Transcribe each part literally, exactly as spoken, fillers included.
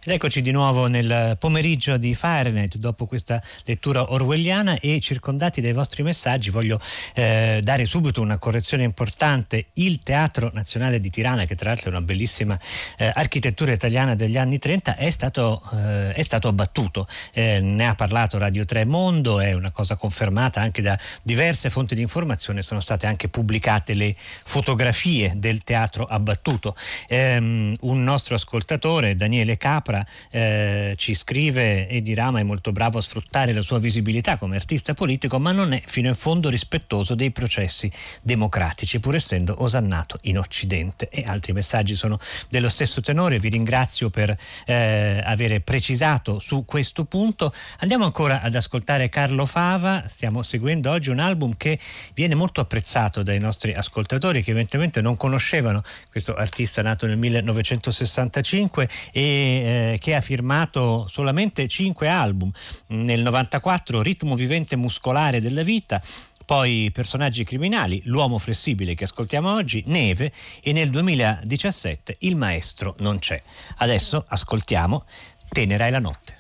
Ed eccoci di nuovo nel pomeriggio di Fahrenheit dopo questa lettura orwelliana, e circondati dai vostri messaggi voglio eh, dare subito una correzione importante. Il Teatro Nazionale di Tirana, che tra l'altro è una bellissima eh, architettura italiana degli anni trenta, è stato, eh, è stato abbattuto. Eh, ne ha parlato Radio tre Mondo, è una cosa confermata anche da diverse fonti di informazione, sono state anche pubblicate le fotografie del teatro abbattuto. Eh, un nostro ascoltatore, Daniele Capra, Eh, ci scrive: Edi Rama è molto bravo a sfruttare la sua visibilità come artista politico, ma non è fino in fondo rispettoso dei processi democratici, pur essendo osannato in Occidente. E altri messaggi sono dello stesso tenore. Vi ringrazio per eh, avere precisato su questo punto. Andiamo ancora ad ascoltare Carlo Fava. Stiamo seguendo oggi un album che viene molto apprezzato dai nostri ascoltatori, che evidentemente non conoscevano questo artista nato nel millenovecentosessantacinque e eh, che ha firmato solamente cinque album. Nel novantaquattro Ritmo vivente muscolare della vita, poi Personaggi criminali, L'uomo flessibile che ascoltiamo oggi, Neve, e nel duemiladiciassette Il maestro non c'è. Adesso ascoltiamo Tenera è la notte.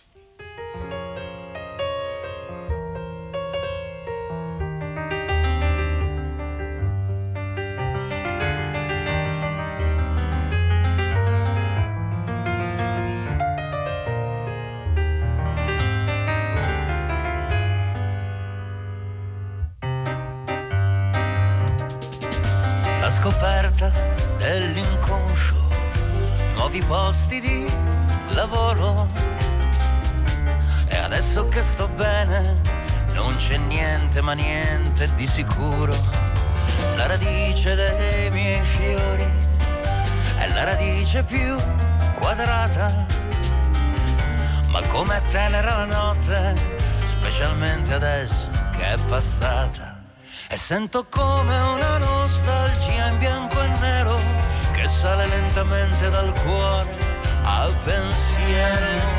Scoperta dell'inconscio, nuovi posti di lavoro, e adesso che sto bene non c'è niente ma niente di sicuro. La radice dei miei fiori è la radice più quadrata, ma com'è tenera la notte, specialmente adesso che è passata. E sento come una nostalgia in bianco e nero che sale lentamente dal cuore al pensiero.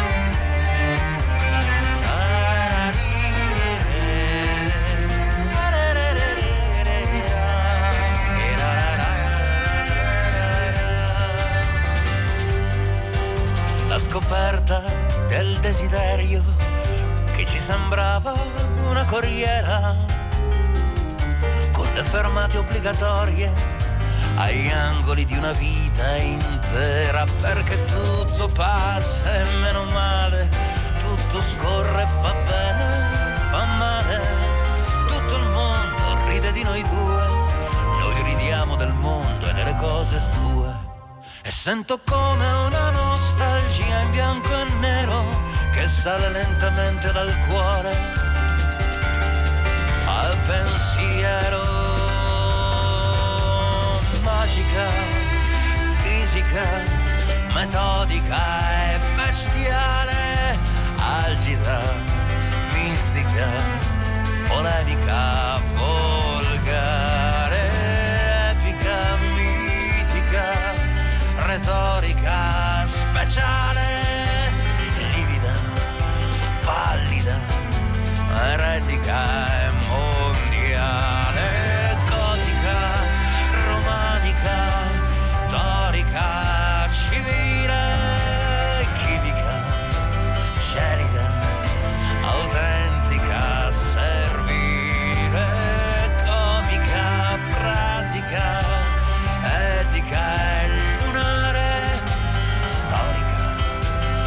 La scoperta del desiderio che ci sembrava una corriera, le fermate obbligatorie agli angoli di una vita intera, perché tutto passa e meno male, tutto scorre e fa bene, fa male, tutto il mondo ride di noi due, noi ridiamo del mondo e delle cose sue. E sento come una nostalgia in bianco e nero che sale lentamente dal cuore al pensiero. Magica, fisica, metodica e bestiale, algida, mistica, polemica, volgare, epica, mitica, retorica, speciale, livida, pallida, eretica e mondiale. Dorica, civile, chimica, gelida, autentica, servile, comica, pratica, etica e lunare, storica,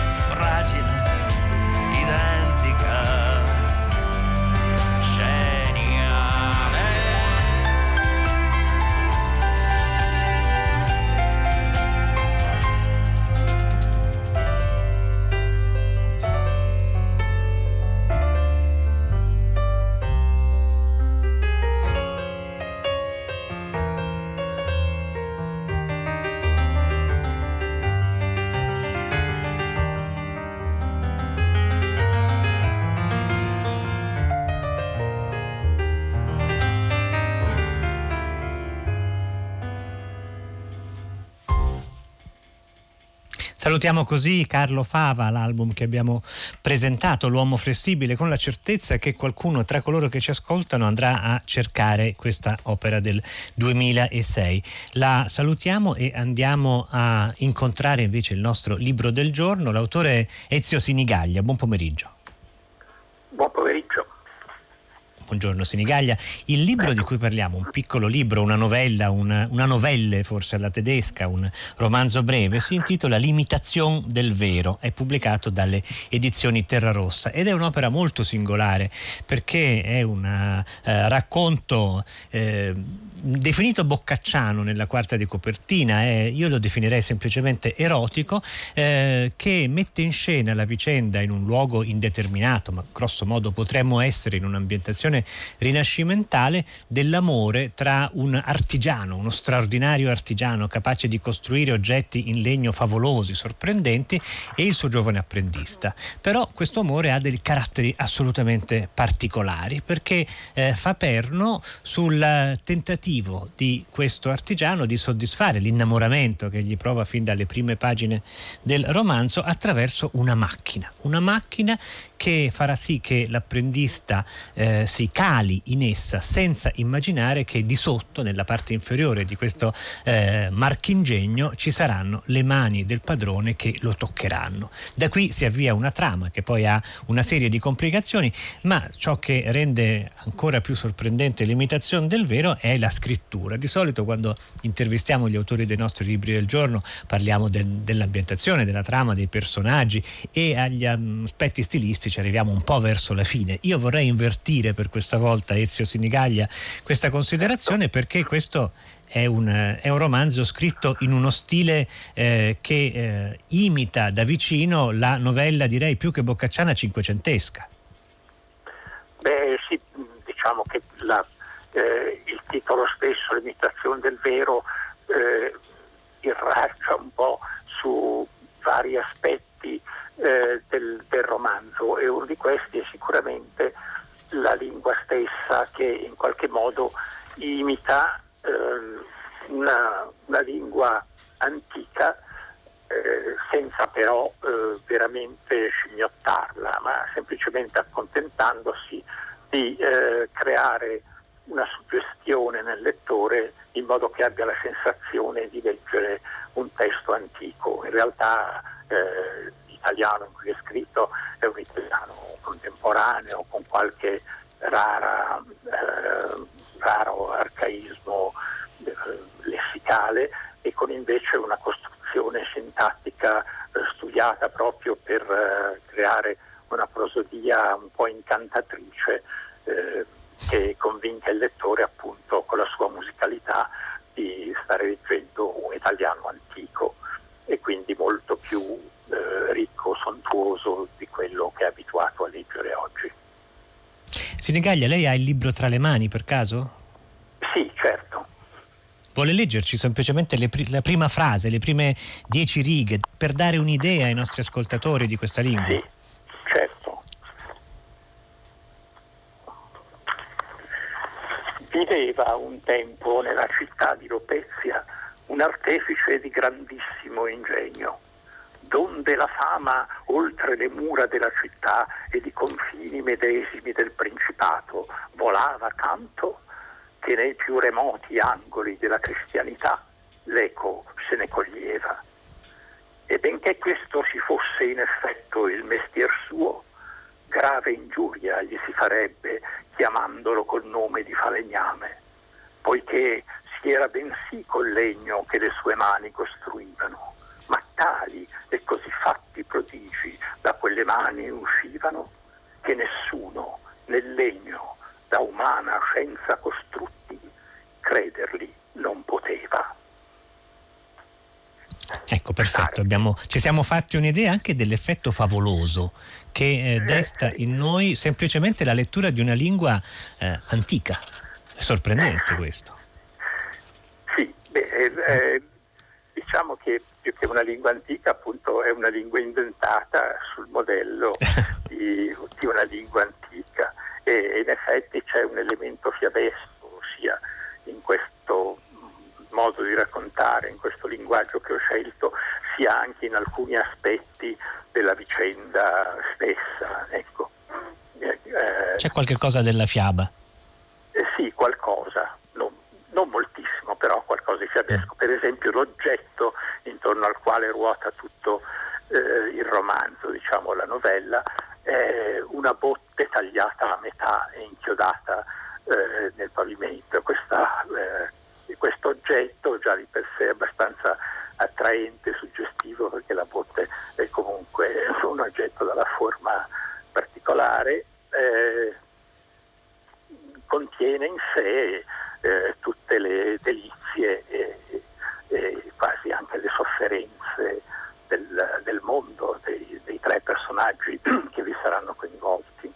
Salutiamo così Carlo Fava, l'album che abbiamo presentato, L'uomo flessibile, con la certezza che qualcuno tra coloro che ci ascoltano andrà a cercare questa opera del duemilasei. La salutiamo e andiamo a incontrare invece il nostro libro del giorno, l'autore Ezio Sinigaglia. Buon pomeriggio. Buon pomeriggio. Buongiorno Sinigaglia. Il libro di cui parliamo, un piccolo libro, una novella, una, una novelle forse alla tedesca, un romanzo breve, si intitola L'imitazione del vero, è pubblicato dalle edizioni Terrarossa ed è un'opera molto singolare perché è un eh, racconto eh, definito boccacciano nella quarta di copertina, eh, io lo definirei semplicemente erotico, eh, che mette in scena la vicenda in un luogo indeterminato, ma grosso modo potremmo essere in un'ambientazione rinascimentale, dell'amore tra un artigiano, uno straordinario artigiano capace di costruire oggetti in legno favolosi, sorprendenti, e il suo giovane apprendista. Però questo amore ha dei caratteri assolutamente particolari perché eh, fa perno sul tentativo di questo artigiano di soddisfare l'innamoramento che gli prova fin dalle prime pagine del romanzo attraverso una macchina, una macchina che farà sì che l'apprendista eh, si cali in essa senza immaginare che di sotto, nella parte inferiore di questo eh, marchingegno, ci saranno le mani del padrone che lo toccheranno. Da qui si avvia una trama che poi ha una serie di complicazioni, ma ciò che rende ancora più sorprendente l'imitazione del vero è la scrittura. Di solito quando intervistiamo gli autori dei nostri libri del giorno parliamo del, dell'ambientazione, della trama, dei personaggi, e agli um, aspetti stilistici arriviamo un po' verso la fine. Io vorrei invertire per questa volta, Ezio Sinigaglia, questa considerazione, perché questo è un, è un romanzo scritto in uno stile eh, che eh, imita da vicino la novella, direi più che boccacciana, cinquecentesca. Beh sì, diciamo che la, eh, il titolo stesso, L'imitazione del vero, eh, irraggia un po' su vari aspetti eh, del, del romanzo, e uno di questi è sicuramente la lingua stessa, che in qualche modo imita eh, una, una lingua antica eh, senza però eh, veramente scimmiottarla, ma semplicemente accontentandosi di eh, creare una suggestione nel lettore in modo che abbia la sensazione di leggere un testo antico. In realtà eh, l'italiano in cui è scritto è un italiano contemporaneo con qualche rara, eh, raro arcaismo eh, lessicale, e con invece una costruzione sintattica eh, studiata proprio per eh, creare una prosodia un po' incantatrice eh, che convinca il lettore, appunto, con la sua musicalità, di stare leggendo un italiano antico e quindi molto più eh, ricco, sontuoso di quello che è abituato a leggere oggi. Sinigaglia, lei ha il libro tra le mani per caso? Sì, certo. Vuole leggerci semplicemente le pri- la prima frase, le prime dieci righe, per dare un'idea ai nostri ascoltatori di questa lingua? Sì, certo. Viveva un tempo nella città di Lopezia un artefice di grandissimo ingegno, donde la fama oltre le mura della città ed i confini medesimi del principato volava tanto che nei più remoti angoli della cristianità l'eco se ne coglieva. E benché questo si fosse in effetto il mestier suo, grave ingiuria gli si farebbe chiamandolo col nome di falegname, poiché si era bensì col legno che le sue mani costruivano, ma tali e così fatti prodigi da quelle mani uscivano che nessuno nel legno da umana scienza costrutti crederli non poteva. Ecco, perfetto, abbiamo, ci siamo fatti un'idea anche dell'effetto favoloso che eh, desta in noi semplicemente la lettura di una lingua eh, antica. È sorprendente questo. Sì, beh, eh, diciamo che più che una lingua antica, appunto, è una lingua inventata sul modello di, di una lingua antica, e in effetti c'è un elemento fiabesco, ossia in questo modo di raccontare, in questo linguaggio che ho scelto, sia anche in alcuni aspetti della vicenda stessa. Ecco. Eh, C'è qualche cosa della fiaba? Eh, sì, qualcosa, non, non moltissimo, però qualcosa di fiabesco. Per esempio l'oggetto intorno al quale ruota tutto eh, il romanzo, diciamo la novella, è una botte tagliata a metà e inchiodata eh, nel pavimento. Questa, eh, questo oggetto già di per sé è abbastanza attraente, suggestivo, perché la botte è comunque un oggetto dalla forma particolare, eh, contiene in sé eh, tutte le delizie e, e quasi anche le sofferenze del, del mondo, dei, dei tre personaggi che vi saranno coinvolti.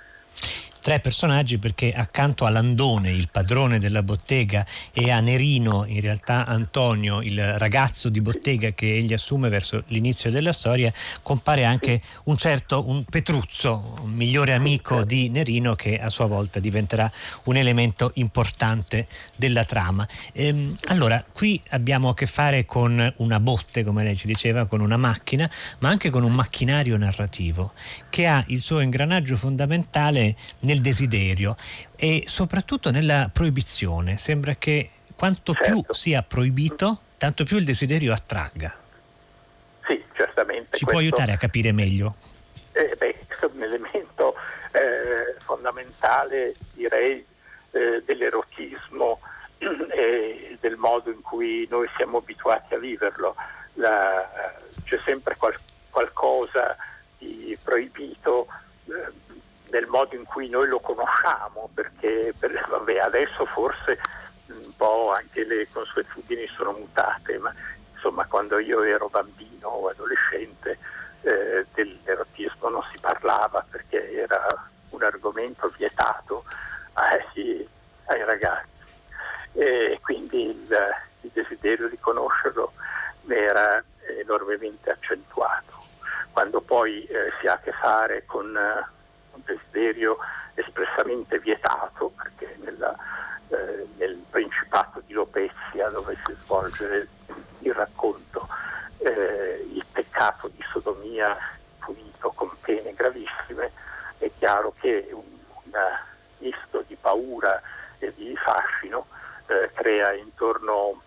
Tre personaggi, perché accanto a Landone, il padrone della bottega, e a Nerino, in realtà Antonio, il ragazzo di bottega che egli assume verso l'inizio della storia, compare anche un certo un Petruzzo, un migliore amico di Nerino, che a sua volta diventerà un elemento importante della trama. Ehm, allora, qui abbiamo a che fare con una botte, come lei ci diceva, con una macchina, ma anche con un macchinario narrativo che ha il suo ingranaggio fondamentale nel desiderio e soprattutto nella proibizione. Sembra che quanto certo. più sia proibito, tanto più il desiderio attragga. Sì, certamente. Ci questo, può aiutare a capire meglio? Eh, beh, questo è un elemento eh, fondamentale, direi, eh, dell'erotismo e del modo in cui noi siamo abituati a viverlo. La, c'è sempre qual, qualcosa di proibito eh, nel modo in cui noi lo conosciamo, perché per, vabbè, adesso forse un po' anche le consuetudini sono mutate, ma insomma quando io ero bambino o adolescente eh, dell'erotismo non si parlava, perché era un argomento vietato ai, ai ragazzi, e quindi il, il desiderio di conoscerlo era enormemente accentuato. Quando poi eh, si ha a che fare con eh, un desiderio espressamente vietato, perché nella, eh, nel Principato di Lopezia, dove si svolge il racconto, eh, il peccato di sodomia punito con pene gravissime, è chiaro che un, un misto di paura e di fascino eh, crea intorno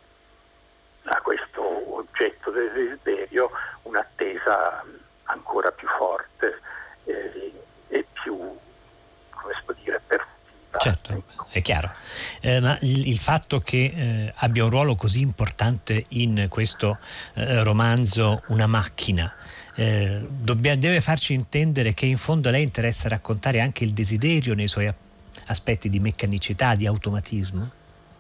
a questo oggetto del desiderio un'attesa ancora più forte eh, e più, come si può dire, perfetta. Certo, è chiaro. Eh, ma il, il fatto che eh, abbia un ruolo così importante in questo eh, romanzo una macchina eh, dobbia, deve farci intendere che in fondo a lei interessa raccontare anche il desiderio nei suoi aspetti di meccanicità, di automatismo?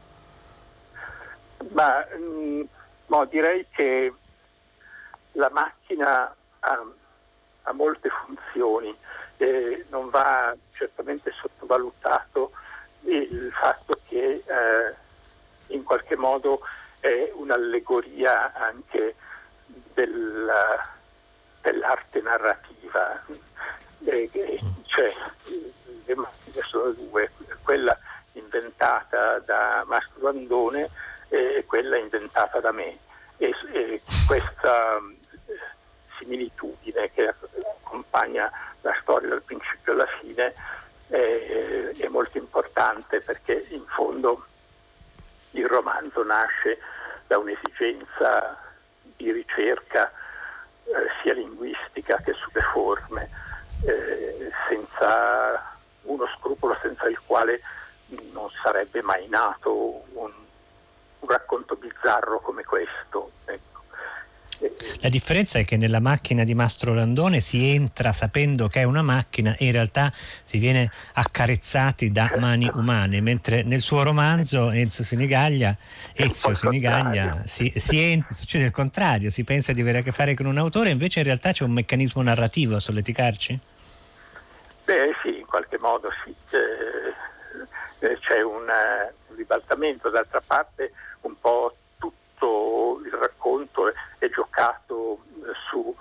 Ma mh, no, direi che la macchina ha, ha molte funzioni. Eh, non va certamente sottovalutato il fatto che eh, in qualche modo è un'allegoria anche del, dell'arte narrativa. Eh, cioè, le macchine sono due, quella inventata da Mastro Landone e quella inventata da me, e, e questa similitudine che accompagna la storia dal principio alla fine è, è molto importante, perché in fondo il romanzo nasce da un'esigenza di ricerca eh, sia linguistica che sulle forme, eh, senza uno scrupolo senza il quale non sarebbe mai nato un, un racconto bizzarro come questo. Ecco. La differenza è che nella macchina di Mastro Landone si entra sapendo che è una macchina e in realtà si viene accarezzati da certo. mani umane, mentre nel suo romanzo Enzo Sinigaglia, Ezio Sinigaglia si, si entra, succede il contrario, si pensa di avere a che fare con un autore, invece in realtà c'è un meccanismo narrativo a solleticarci? Beh sì, in qualche modo sì, eh, c'è un, un ribaltamento, d'altra parte un po' tutto il racconto è, è giocato su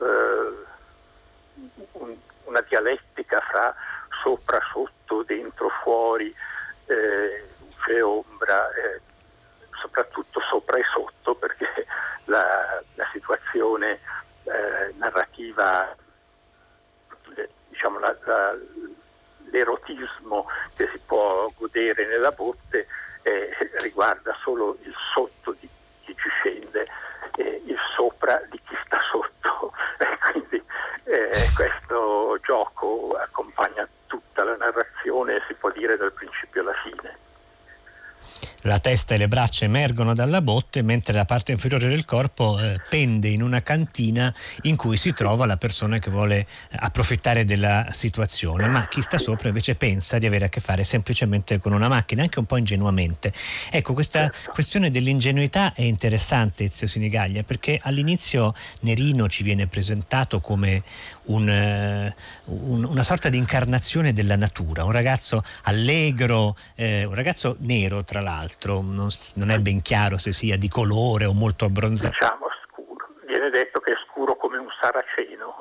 eh, un, una dialettica fra sopra, sotto, dentro, fuori, eh, luce e ombra, eh, soprattutto sopra e sotto, perché la, la situazione eh, narrativa, eh, diciamo la, la, l'erotismo che si può godere nella botte eh, riguarda solo il sotto di chi ci scende e il sopra di chi sta sotto. Quindi eh, questo gioco accompagna tutta la narrazione, si può dire dal principio alla fine. La testa e le braccia emergono dalla botte, mentre la parte inferiore del corpo eh, pende in una cantina in cui si trova la persona che vuole approfittare della situazione, ma chi sta sopra invece pensa di avere a che fare semplicemente con una macchina, anche un po' ingenuamente. Ecco, questa Certo. questione dell'ingenuità è interessante, Ezio Sinigaglia, perché all'inizio Nerino ci viene presentato come un, eh, un, una sorta di incarnazione della natura, un ragazzo allegro, eh, un ragazzo nero tra l'altro. Non, non è ben chiaro se sia di colore o molto abbronzato. Diciamo scuro, viene detto che è scuro come un saraceno.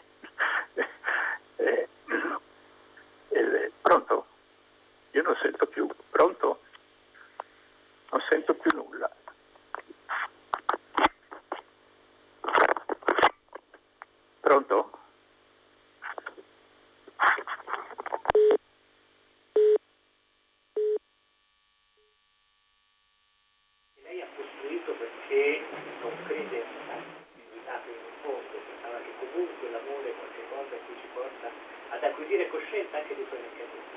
eh, eh, pronto? Io non sento più. Pronto? Non sento più nulla. Pronto? Che non crede in fondo, pensava che comunque l'amore è qualcosa che ci porta ad acquisire coscienza anche dei suoi meccanismi.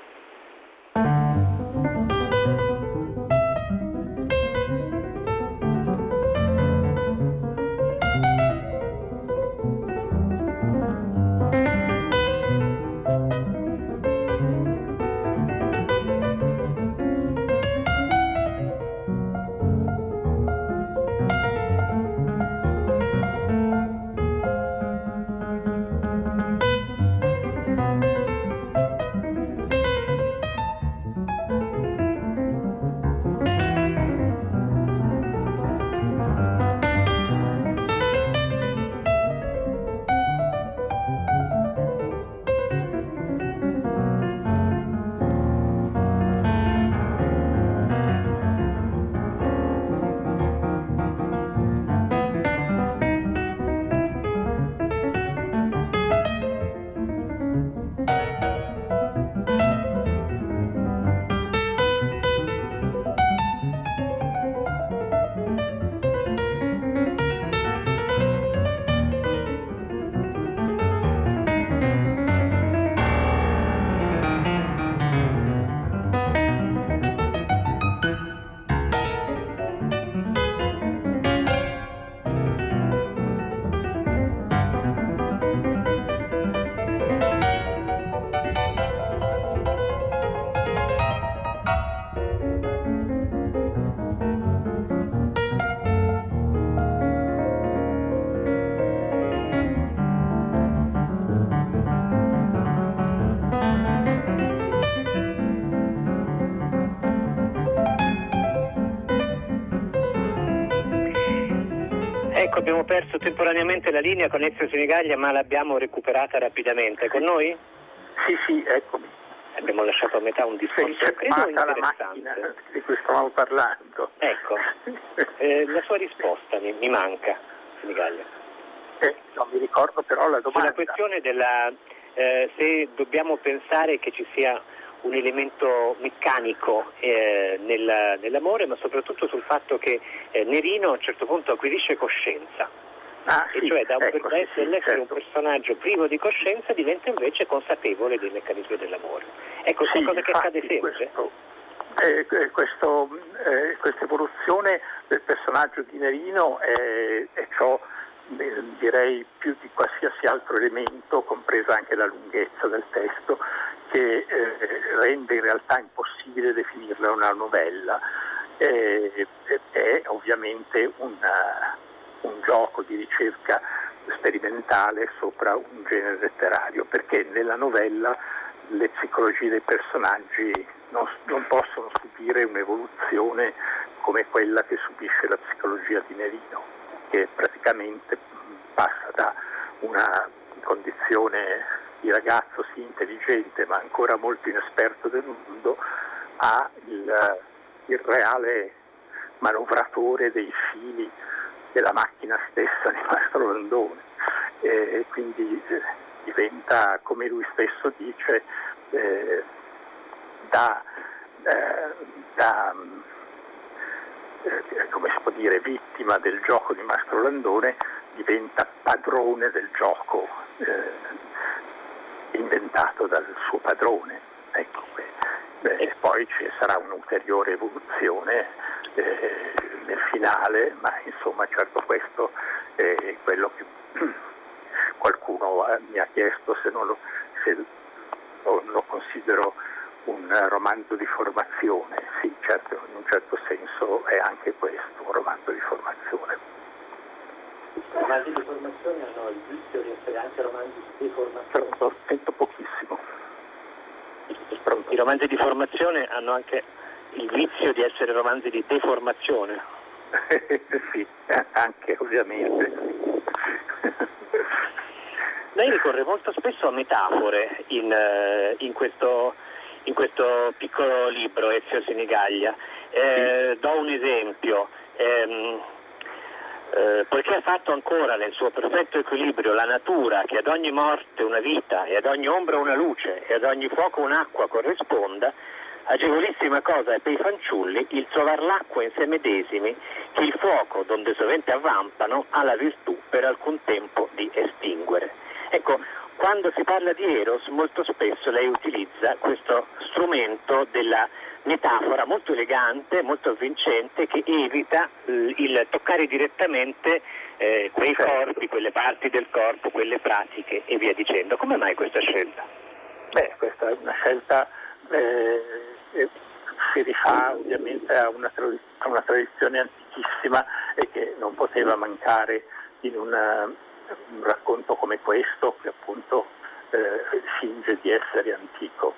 Ecco, abbiamo perso temporaneamente la linea con Ezio Sinigaglia, ma l'abbiamo recuperata rapidamente. Con noi? Sì, sì, eccomi. Abbiamo lasciato a metà un discorso, Sei credo fermata la interessante. macchina di cui stavamo parlando. Ecco, eh, la sua risposta mi, mi manca, Sinigaglia. Eh, non mi ricordo però la domanda. Sulla questione della eh, se dobbiamo pensare che ci sia un elemento meccanico eh, nel, nell'amore, ma soprattutto sul fatto che eh, Nerino a un certo punto acquisisce coscienza. Ah, e sì, cioè da un, ecco, da sì, essere, sì, l'essere certo. un personaggio privo di coscienza diventa invece consapevole dei meccanismi dell'amore. Ecco, sì, qualcosa che accade infatti, sempre. Questo, eh, questo, eh, questa evoluzione del personaggio di Nerino è, è ciò, eh, direi, più di qualsiasi altro elemento, compresa anche la lunghezza del testo, che eh, rende in realtà impossibile definirla una novella. Eh, è ovviamente una, un gioco di ricerca sperimentale sopra un genere letterario, perché nella novella le psicologie dei personaggi non, non possono subire un'evoluzione come quella che subisce la psicologia di Nerino, che praticamente passa da una condizione di ragazzo sì intelligente ma ancora molto inesperto del mondo a il, il reale manovratore dei fili della macchina stessa di Mastro Landone, e quindi eh, diventa, come lui stesso dice, eh, da, eh, da eh, come si può dire, vittima del gioco di Mastro Landone, diventa padrone del gioco eh, inventato dal suo padrone. Ecco, e poi ci sarà un'ulteriore evoluzione eh, nel finale, ma insomma certo questo è quello che qualcuno mi ha chiesto se, non lo, se lo, lo considero un romanzo di formazione. Sì, certo, in un certo senso è anche questo un romanzo di formazione. I romanzi di formazione hanno il vizio di essere anche romanzi di formazione. Lo sento pochissimo. Pronto. I romanzi di formazione hanno anche il vizio di essere romanzi di deformazione. Sì, anche ovviamente. Lei ricorre molto spesso a metafore in, in, questo, in questo piccolo libro, Ezio Sinigaglia. Eh, sì. Do un esempio. Eh, eh, poiché ha fatto ancora nel suo perfetto equilibrio la natura, che ad ogni morte una vita, e ad ogni ombra una luce, e ad ogni fuoco un'acqua corrisponda, agevolissima cosa è per i fanciulli il trovar l'acqua in se medesimi, che il fuoco, donde sovente avvampano, ha la virtù per alcun tempo di estinguere. Ecco, quando si parla di Eros molto spesso lei utilizza questo strumento della metafora molto elegante, molto avvincente, che evita eh, il toccare direttamente eh, quei corpi, quelle parti del corpo, quelle pratiche e via dicendo. Come mai questa scelta? Beh, questa è una scelta eh, eh, si rifà ovviamente a una, trad- a una tradizione antichissima e che non poteva mancare in una, un racconto come questo, che appunto eh, finge di essere antico.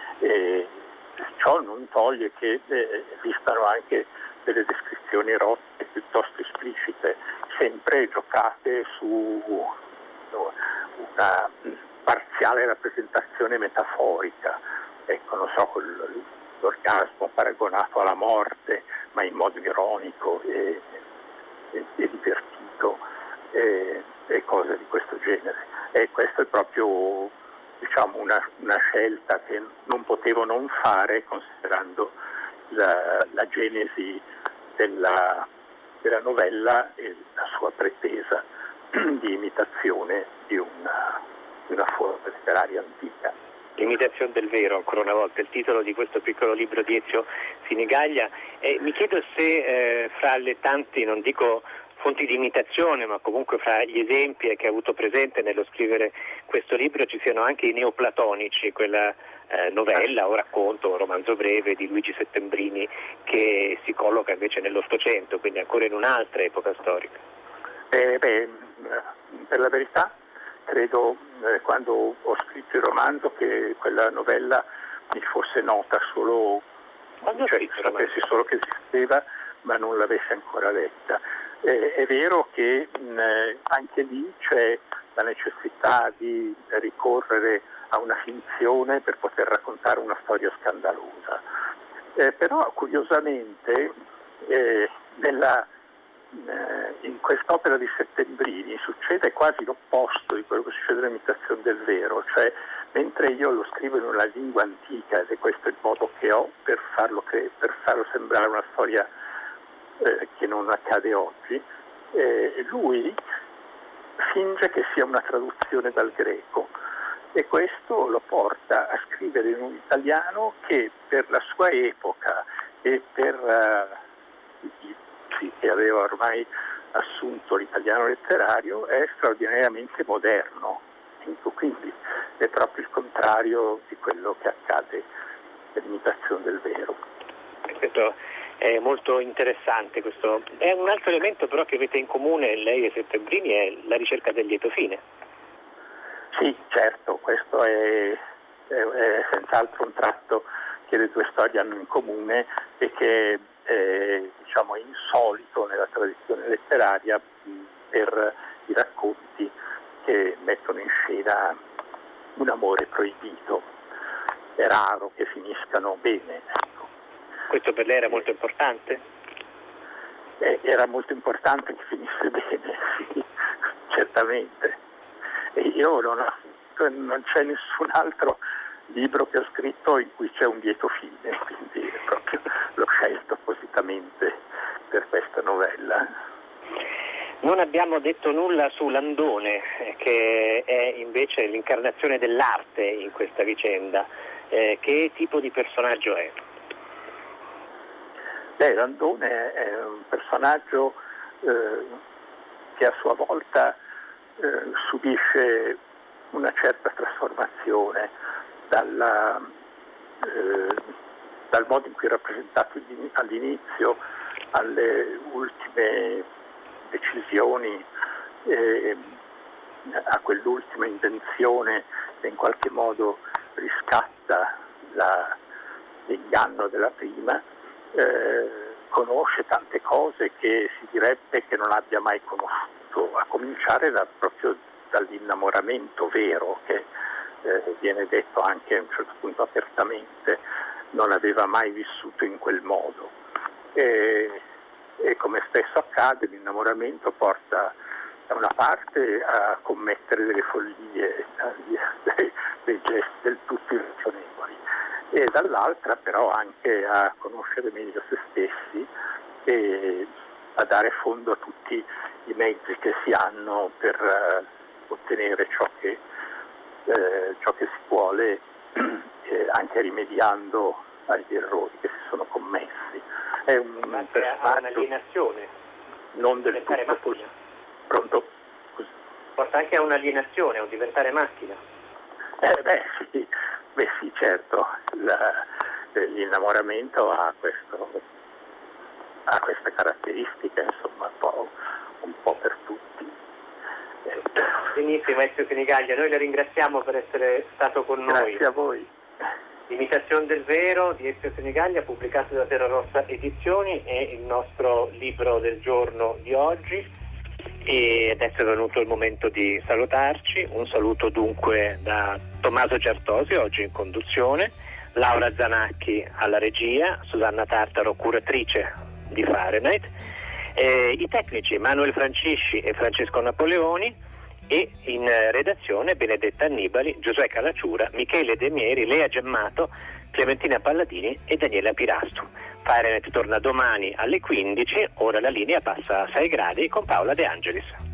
E ciò non toglie che eh, esistano anche delle descrizioni erotiche piuttosto esplicite, sempre giocate su no, una parziale rappresentazione metaforica. Ecco, non so, l'orgasmo paragonato alla morte, ma in modo ironico e, e, e divertito, e, e cose di questo genere. E questo è proprio, diciamo, una, una scelta che non potevo non fare, considerando la, la genesi della, della novella e la sua pretesa di imitazione di una, di una forma letteraria antica. L'imitazione del vero, ancora una volta, il titolo di questo piccolo libro di Ezio Sinigaglia. E mi chiedo se eh, fra le tanti, non dico fonti di imitazione, ma comunque fra gli esempi che ha avuto presente nello scrivere questo libro ci siano anche i neoplatonici, quella eh, novella o racconto, o romanzo breve di Luigi Settembrini che si colloca invece nell'Ottocento, quindi ancora in un'altra epoca storica. Eh, beh, per la verità credo eh, quando ho scritto il romanzo che quella novella mi fosse nota solo, quando cioè sapessi solo che esisteva ma non l'avessi ancora letta. Eh, è vero che mh, anche lì c'è la necessità di ricorrere a una finzione per poter raccontare una storia scandalosa, eh, però curiosamente eh, nella in quest'opera di Settembrini succede quasi l'opposto di quello che succede nell'imitazione del vero, cioè mentre io lo scrivo in una lingua antica, ed è questo il modo che ho per farlo, cre- per farlo sembrare una storia eh, che non accade oggi, eh, lui finge che sia una traduzione dal greco e questo lo porta a scrivere in un italiano che per la sua epoca e per uh, i che aveva ormai assunto l'italiano letterario è straordinariamente moderno, quindi è proprio il contrario di quello che accade nell'imitazione del vero. Questo è molto interessante. Questo è un altro elemento però che avete in comune lei e Settembrini, è la ricerca del lieto fine. Sì, certo, questo è, è, è senz'altro un tratto che le due storie hanno in comune e che è, diciamo, insolito nella tradizione letteraria per i racconti che mettono in scena un amore proibito. È raro che finiscano bene. Ecco. Questo per lei era molto importante? eh, era molto importante che finisse bene, sì, certamente. E io non, ho, non c'è nessun altro libro che ho scritto in cui c'è un lieto fine, quindi proprio l'ho scelto appositamente per questa novella. Non abbiamo detto nulla su Landone, che è invece l'incarnazione dell'arte in questa vicenda. Eh, che tipo di personaggio è? Beh, Landone è un personaggio eh, che a sua volta eh, subisce una certa trasformazione dalla, eh, dal modo in cui è rappresentato all'inizio alle ultime decisioni, eh, a quell'ultima invenzione che in qualche modo riscatta la, l'inganno della prima. Eh, conosce tante cose che si direbbe che non abbia mai conosciuto, a cominciare da, proprio dall'innamoramento vero, che eh, viene detto anche a un certo punto apertamente, non aveva mai vissuto in quel modo. E, e come spesso accade, l'innamoramento porta da una parte a commettere delle follie, dei, dei gesti del tutto irragionevoli, e dall'altra però anche a conoscere meglio se stessi e a dare fondo a tutti i mezzi che si hanno per uh, ottenere ciò che, eh, ciò che si vuole, eh, anche rimediando agli errori che si sono commessi. È un Ma ha un'alienazione non del tutto macchina. Pronto? Scusi. Porta anche a un'alienazione, a un diventare macchina. Eh, beh, sì, beh sì, certo, La, l'innamoramento ha, questo, ha questa caratteristica, insomma, un po', un po' per tutti. Eh, Benissimo, Ezio Sinigaglia, noi le ringraziamo per essere stato con noi. Grazie a voi. L'imitazione del vero di Ezio Sinigaglia, pubblicato da Terra Rossa Edizioni, è il nostro libro del giorno di oggi. E adesso è venuto il momento di salutarci. Un saluto dunque da Tommaso Giartosi, oggi in conduzione, Laura Zanacchi alla regia, Susanna Tartaro curatrice di Fahrenheit, eh, i tecnici Manuel Francisci e Francesco Napoleoni, e in redazione Benedetta Annibali, Giuseppe Calacciura, Michele De Mieri, Lea Gemmato, Clementina Palladini e Daniela Pirastu. Fahrenheit torna domani alle quindici, ora la linea passa a sei gradi con Paola De Angelis.